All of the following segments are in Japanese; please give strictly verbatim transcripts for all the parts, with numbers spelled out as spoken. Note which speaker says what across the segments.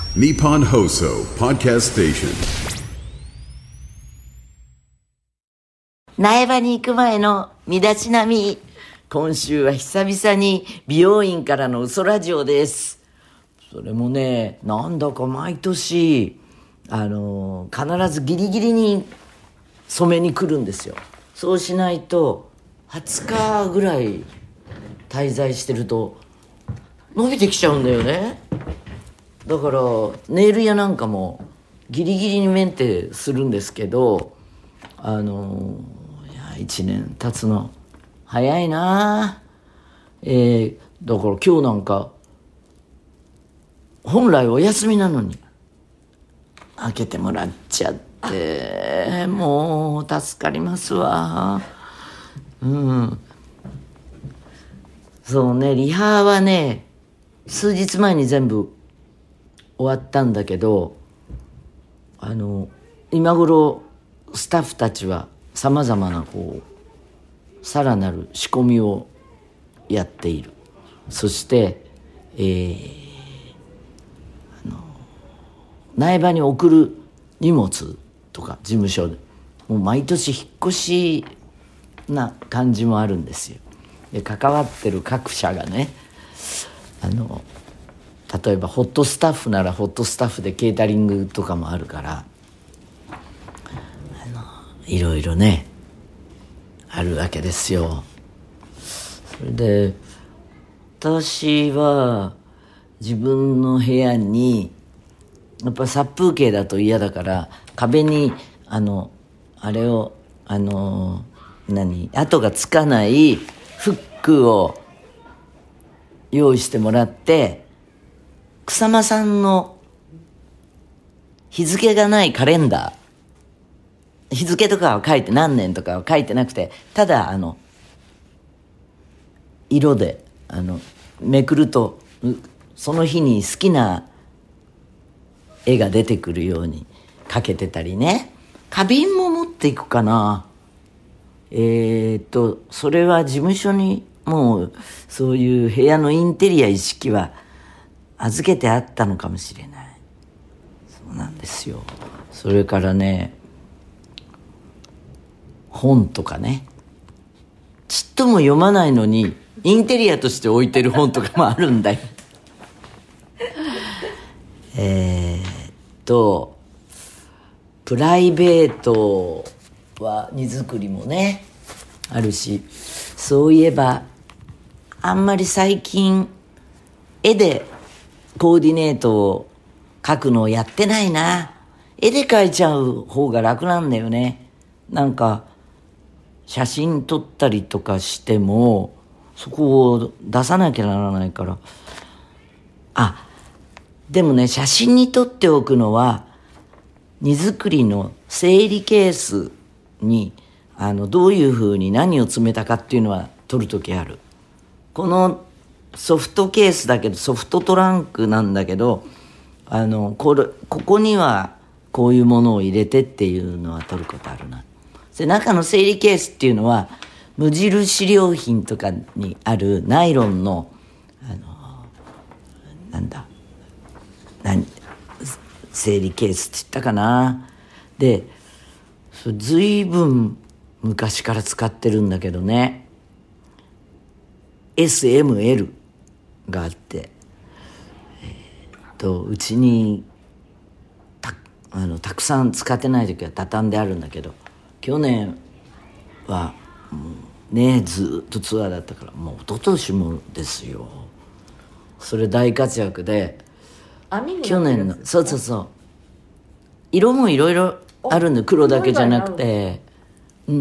Speaker 1: Nippon Hoso Podcast Station。
Speaker 2: 苗場に行く前の身だちなみ。今週は久々に美容院からの嘘ラジオです。それもね、なんだか毎年あの必ずギリギリに染めに来るんですよ。そうしないとはつかぐらい滞在してると伸びてきちゃうんだよね。だからネイル屋なんかもギリギリにメンテするんですけど、あのいやいちねん経つの早いな。えー、だから今日なんか本来お休みなのに開けてもらっちゃってもう助かりますわ。うんそうね、リハはね数日前に全部終わったんだけど、あの今頃スタッフたちはさまざまなこうさらなる仕込みをやっている。そして、えー、あの苗場に送る荷物とか事務所でもう毎年引っ越しな感じもあるんですよ。で関わってる各社がね、あの例えばホットスタッフならホットスタッフでケータリングとかもあるから、あのいろいろねあるわけですよ。それで私は自分の部屋にやっぱ殺風景だと嫌だから壁にあのあれをあの何跡がつかないフックを用意してもらって、草間さんの日付がないカレンダー、日付とかは書いて何年とかは書いてなくて、ただあの色であのめくるとその日に好きな絵が出てくるようにかけてたりね。花瓶も持っていくかな。えーっとそれは事務所にもうそういう部屋のインテリア意識は預けてあったのかもしれない。そうなんですよ。それからね、本とかね、ちっとも読まないのにインテリアとして置いてる本とかもあるんだよえーっとプライベートは荷造りもねあるし、そういえばあんまり最近絵でコーディネートを描くのをやってないな。絵で描いちゃう方が楽なんだよね。なんか写真撮ったりとかしてもそこを出さなきゃならないから。あ、でもね、写真に撮っておくのは荷造りの整理ケースにあのどういうふうに何を詰めたかっていうのは撮るときある。このソフトケースだけどソフトトランクなんだけど、あのこれここにはこういうものを入れてっていうのは撮ることあるな。で中の整理ケースっていうのは無印良品とかにあるナイロンのあのなんだ何整理ケースって言ったかな。でずいぶん昔から使ってるんだけどね、 エスエムエル があって、えー、っとうちに た, あのたくさん使ってない時は畳んであるんだけど、去年はもうねずっとツアーだったからもう一昨年もですよ。それ大活躍で、去年のそうそうそう色もいろいろあるんで、黒だけじゃなくて、うん、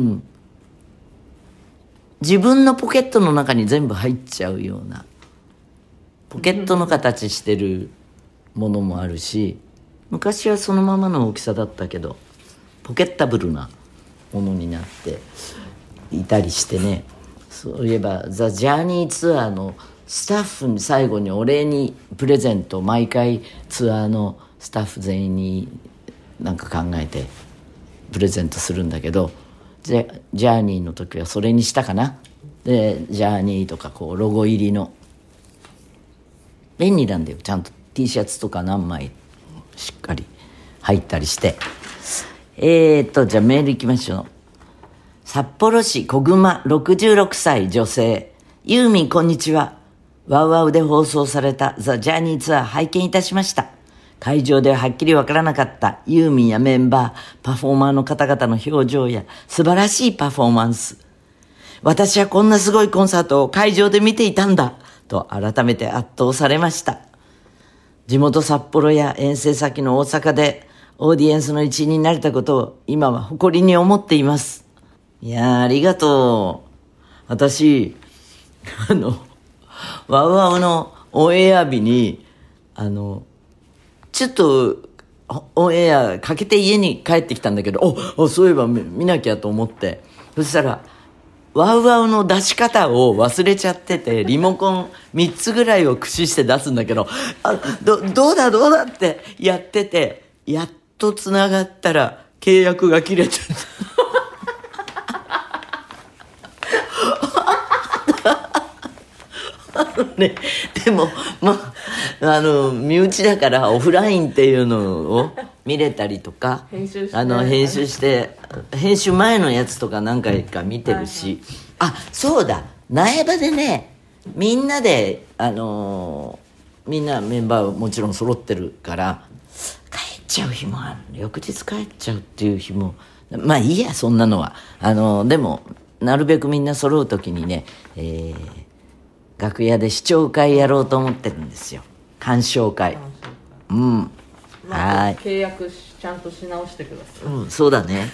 Speaker 2: 自分のポケットの中に全部入っちゃうようなポケットの形してるものもあるし、昔はそのままの大きさだったけどポケッタブルなものになっていたりしてね。そういえばザ・ジャーニーツアーのスタッフに最後にお礼にプレゼント、毎回ツアーのスタッフ全員になんか考えてプレゼントするんだけど、ジャーニーの時はそれにしたかな。でジャーニーとかこうロゴ入りの便利なんだよ。ちゃんと T シャツとか何枚しっかり入ったりして。えーとじゃあメールいきましょう。札幌市小熊ろくじゅうろくさい女性。ユーミンこんにちは。ワウワウで放送されたザ・ジャーニーツアー拝見いたしました。会場でははっきりわからなかったユーミンやメンバー、パフォーマーの方々の表情や素晴らしいパフォーマンス。私はこんなすごいコンサートを会場で見ていたんだと改めて圧倒されました。地元札幌や遠征先の大阪でオーディエンスの一員になれたことを今は誇りに思っています。いやーありがとう。私あのワウワウのオンエア日にあのちょっとオンエアかけて家に帰ってきたんだけど、おおそういえば 見, 見なきゃと思って、そしたらワウワウの出し方を忘れちゃってて、リモコンみっつぐらいを駆使して出すんだけど、あ ど, どうだどうだってやってて、やっとつながったら契約が切れちゃったあのね、でもまああの身内だからオフラインっていうのを見れたりとか、
Speaker 3: 編集して
Speaker 2: あの編集して編集前のやつとか何回か見てるし、はいはい、あそうだ苗場でね、みんなであのー、みんなメンバーもちろん揃ってるから帰っちゃう日もある。翌日帰っちゃうっていう日もまあいいや、そんなのはあのー、でもなるべくみんな揃う時にね、えー楽屋で視聴会やろうと思ってるんですよ。鑑賞会。うん。
Speaker 3: まあ、
Speaker 2: はい。
Speaker 3: 契約しちゃんとし直してください。
Speaker 2: うん、そうだね。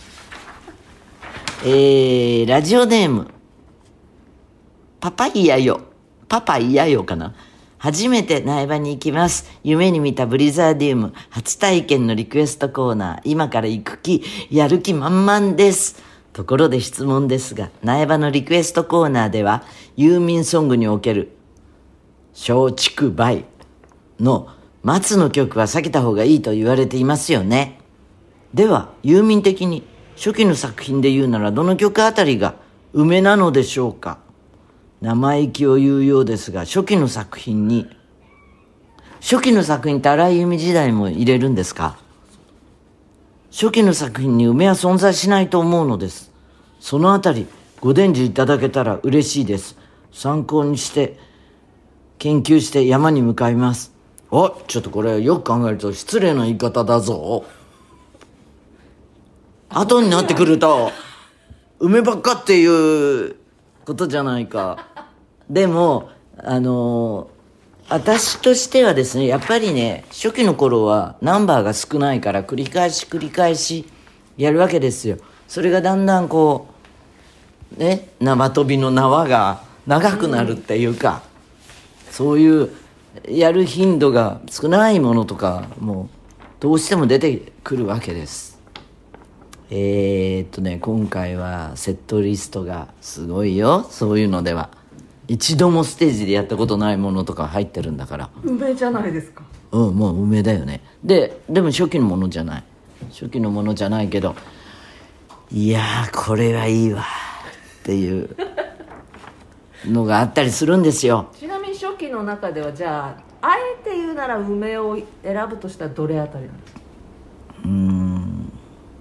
Speaker 2: えー、ラジオネームパパイヤよ。パパイヤよかな。初めて苗場に行きます。夢に見たブリザーディウム初体験のリクエストコーナー。今から行く気、やる気満々です。ところで質問ですが、苗場のリクエストコーナーではユーミンソングにおける松竹梅の松の曲は避けた方がいいと言われていますよね。ではユーミン的に初期の作品で言うならどの曲あたりが梅なのでしょうか。生意気を言うようですが、初期の作品に初期の作品って荒井由実時代も入れるんですか。初期の作品に梅は存在しないと思うのです。そのあたりご伝授いただけたら嬉しいです。参考にして研究して山に向かいます。おちょっとこれよく考えると失礼な言い方だぞ。後になってくると梅ばっかっていうことじゃないか。でもあのー私としてはですね、やっぱりね、初期の頃はナンバーが少ないから繰り返し繰り返しやるわけですよ。それがだんだんこうね、縄跳びの縄が長くなるっていうか、うん、そういうやる頻度が少ないものとかもどうしても出てくるわけです。えー、っとね今回はセットリストがすごいよ。そういうのでは一度もステージでやったことないものとか入ってるんだから。
Speaker 3: 梅じゃないですか。
Speaker 2: うん、もう梅だよね。ででも初期のものじゃない初期のものじゃないけど、いやーこれはいいわっていうのがあったりするんですよ。
Speaker 3: ちなみに初期の中ではじゃああえて言うなら梅を選ぶとしたらどれあたりなんですか。
Speaker 2: うーん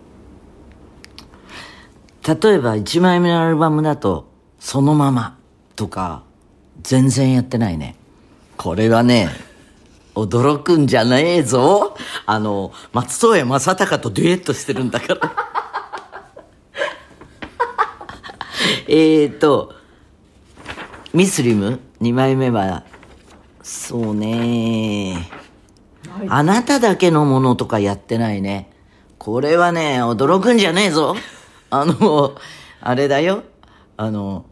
Speaker 2: 例えばいちまいめのアルバムだとそのままとか全然やってないね。これはね驚くんじゃねえぞ。あの松任谷正隆とデュエットしてるんだからえーとミスリムにまいめはそうね、あなただけのものとかやってないね。これはね驚くんじゃねえぞ。あのあれだよ、あの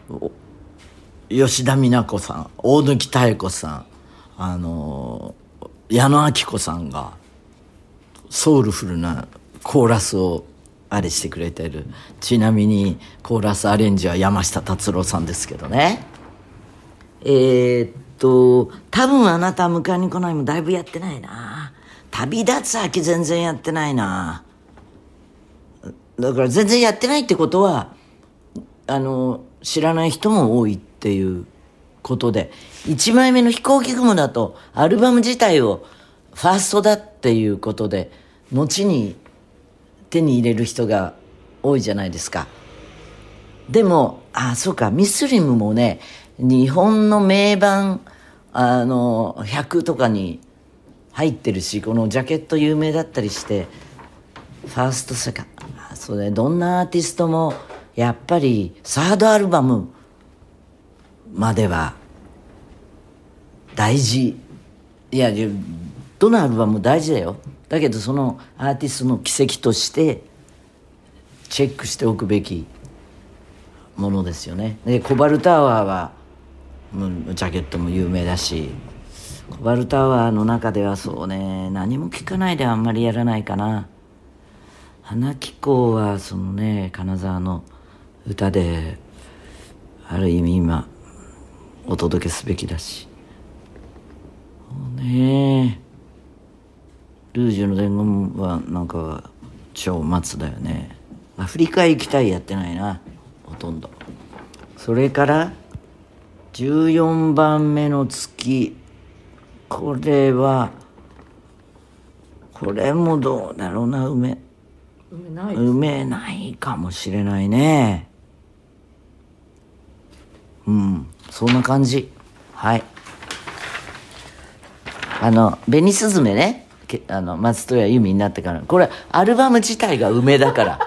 Speaker 2: 吉田美奈子さん、大貫妙子さん、あの矢野顕子さんがソウルフルなコーラスをあれしてくれてる。ちなみにコーラスアレンジは山下達郎さんですけどね。えー、っと多分あなた迎えに来ないもだいぶやってないな。旅立つ秋全然やってないな。だから全然やってないってことはあの知らない人も多いっていうことで、いちまいめの飛行機雲だとアルバム自体をファーストだっていうことで後に手に入れる人が多いじゃないですか。でもあそうかミスリムもね日本の名盤あのひゃくとかに入ってるし、このジャケット有名だったりしてファーストセカンド、そうね、どんなアーティストもやっぱりサードアルバムまでは大事。いやどのアルバムも大事だよ。だけどそのアーティストの奇跡としてチェックしておくべきものですよね。でコバルタワーはジャケットも有名だし、コバルタワーの中ではそうね何も聞かないであんまりやらないかな。花紀行はそのね金沢の歌である意味今お届けすべきだし、そうねルージュの伝言はなんか超末だよね。アフリカ行きたいやってないなほとんど。それからじゅうよんばんめの月、これはこれもどうだろうな、梅
Speaker 3: 梅ない
Speaker 2: 梅ないかもしれないね。うんそんな感じ。はいあの紅すずめね、あの松任谷由実になってからこれアルバム自体が梅だから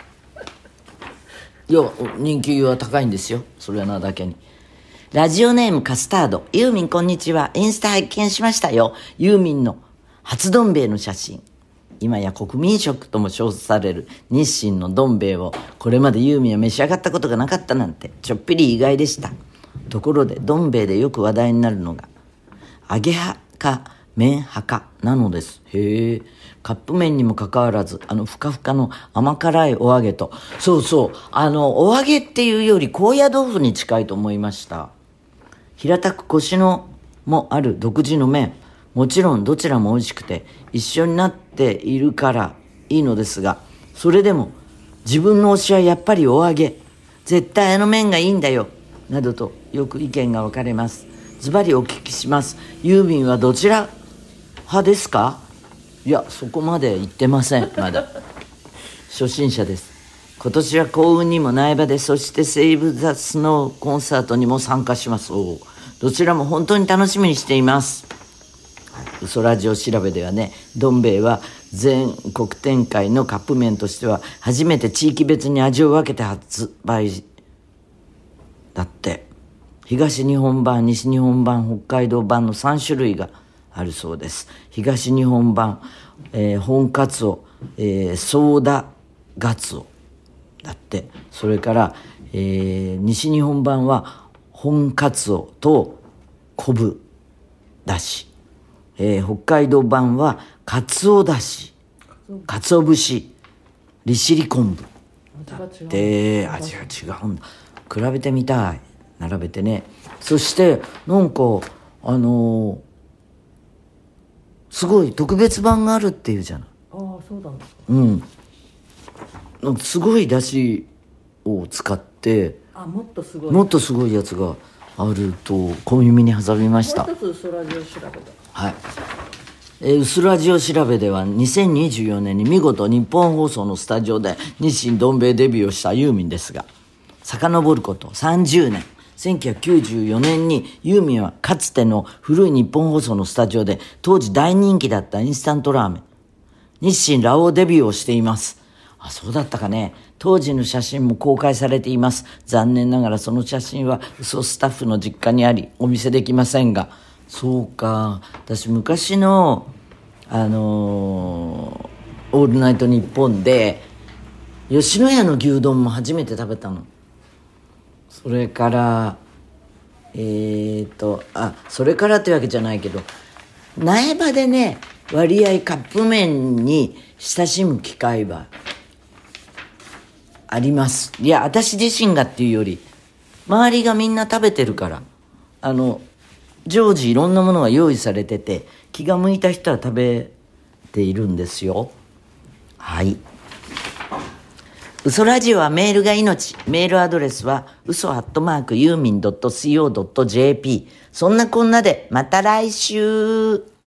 Speaker 2: いや人気は高いんですよ、それはなだけに。ラジオネームカスタード、ユーミンこんにちは、インスタ拝見しましたよ。ユーミンの初どん兵衛の写真、今や国民食とも称される日清のどん兵衛をこれまでユーミンは召し上がったことがなかったなんてちょっぴり意外でした。ところでどん兵衛でよく話題になるのが揚げ派か麺派かなのです。へえ、カップ麺にもかかわらずあのふかふかの甘辛いお揚げと、そうそうあのお揚げっていうより高野豆腐に近いと思いました。平たくコシのもある独自の麺、もちろんどちらも美味しくて一緒になっているからいいのですが、それでも自分の推しはやっぱりお揚げ、絶対あの麺がいいんだよなどとよく意見が分かれます。ズバリお聞きします。ユーミンはどちら派ですか？いやそこまで言ってません、まだ初心者です。今年は幸運にも苗場で、そしてセイブ・ザ・スノーコンサートにも参加します。おどちらも本当に楽しみにしています。嘘ラジオ調べではね、どん兵衛は全国展開のカップ麺としては初めて地域別に味を分けて発売だって。東日本版、西日本版、北海道版のさん種類があるそうです。東日本版、えー、本カツオ、えー、ソーダガツオだって。それから、えー、西日本版は本カツオと昆布だし、えー、北海道版はカツオだし、カツオ節、利尻昆布だって味が違うんだ。比べてみたい、並べてね。そしてなんかあのー、すごい特別版があるっていうじゃない。
Speaker 3: ああそうなんですか。
Speaker 2: うんなんかすごい出汁を使って、
Speaker 3: あもっとすごい
Speaker 2: もっとすごいやつがあると小耳に挟みました。
Speaker 3: もう一つ嘘ラジオ調べだ。
Speaker 2: はい、えー、嘘ラジオ調べではにせんにじゅうよねんに見事日本放送のスタジオで日清どん兵衛デビューをしたユーミンですが、遡ることさんじゅうねん、せんきゅうひゃくきゅうじゅうよねんにユーミンはかつての古い日本放送のスタジオで当時大人気だったインスタントラーメン日清ラオウデビューをしています。あ、そうだったかね。当時の写真も公開されています。残念ながらその写真は嘘スタッフの実家にありお見せできませんが、そうか、私昔のあのー、オールナイトニッポンで吉野家の牛丼も初めて食べたの。それからえーとあそれからってわけじゃないけど、苗場でね割合カップ麺に親しむ機会はあります。いや私自身がっていうより周りがみんな食べてるから、あの常時いろんなものが用意されてて気が向いた人は食べているんですよ。はい。嘘ラジオはメールが命。メールアドレスは嘘アットマークユーミンドットシーオードットジェーピー。そんなこんなでまた来週。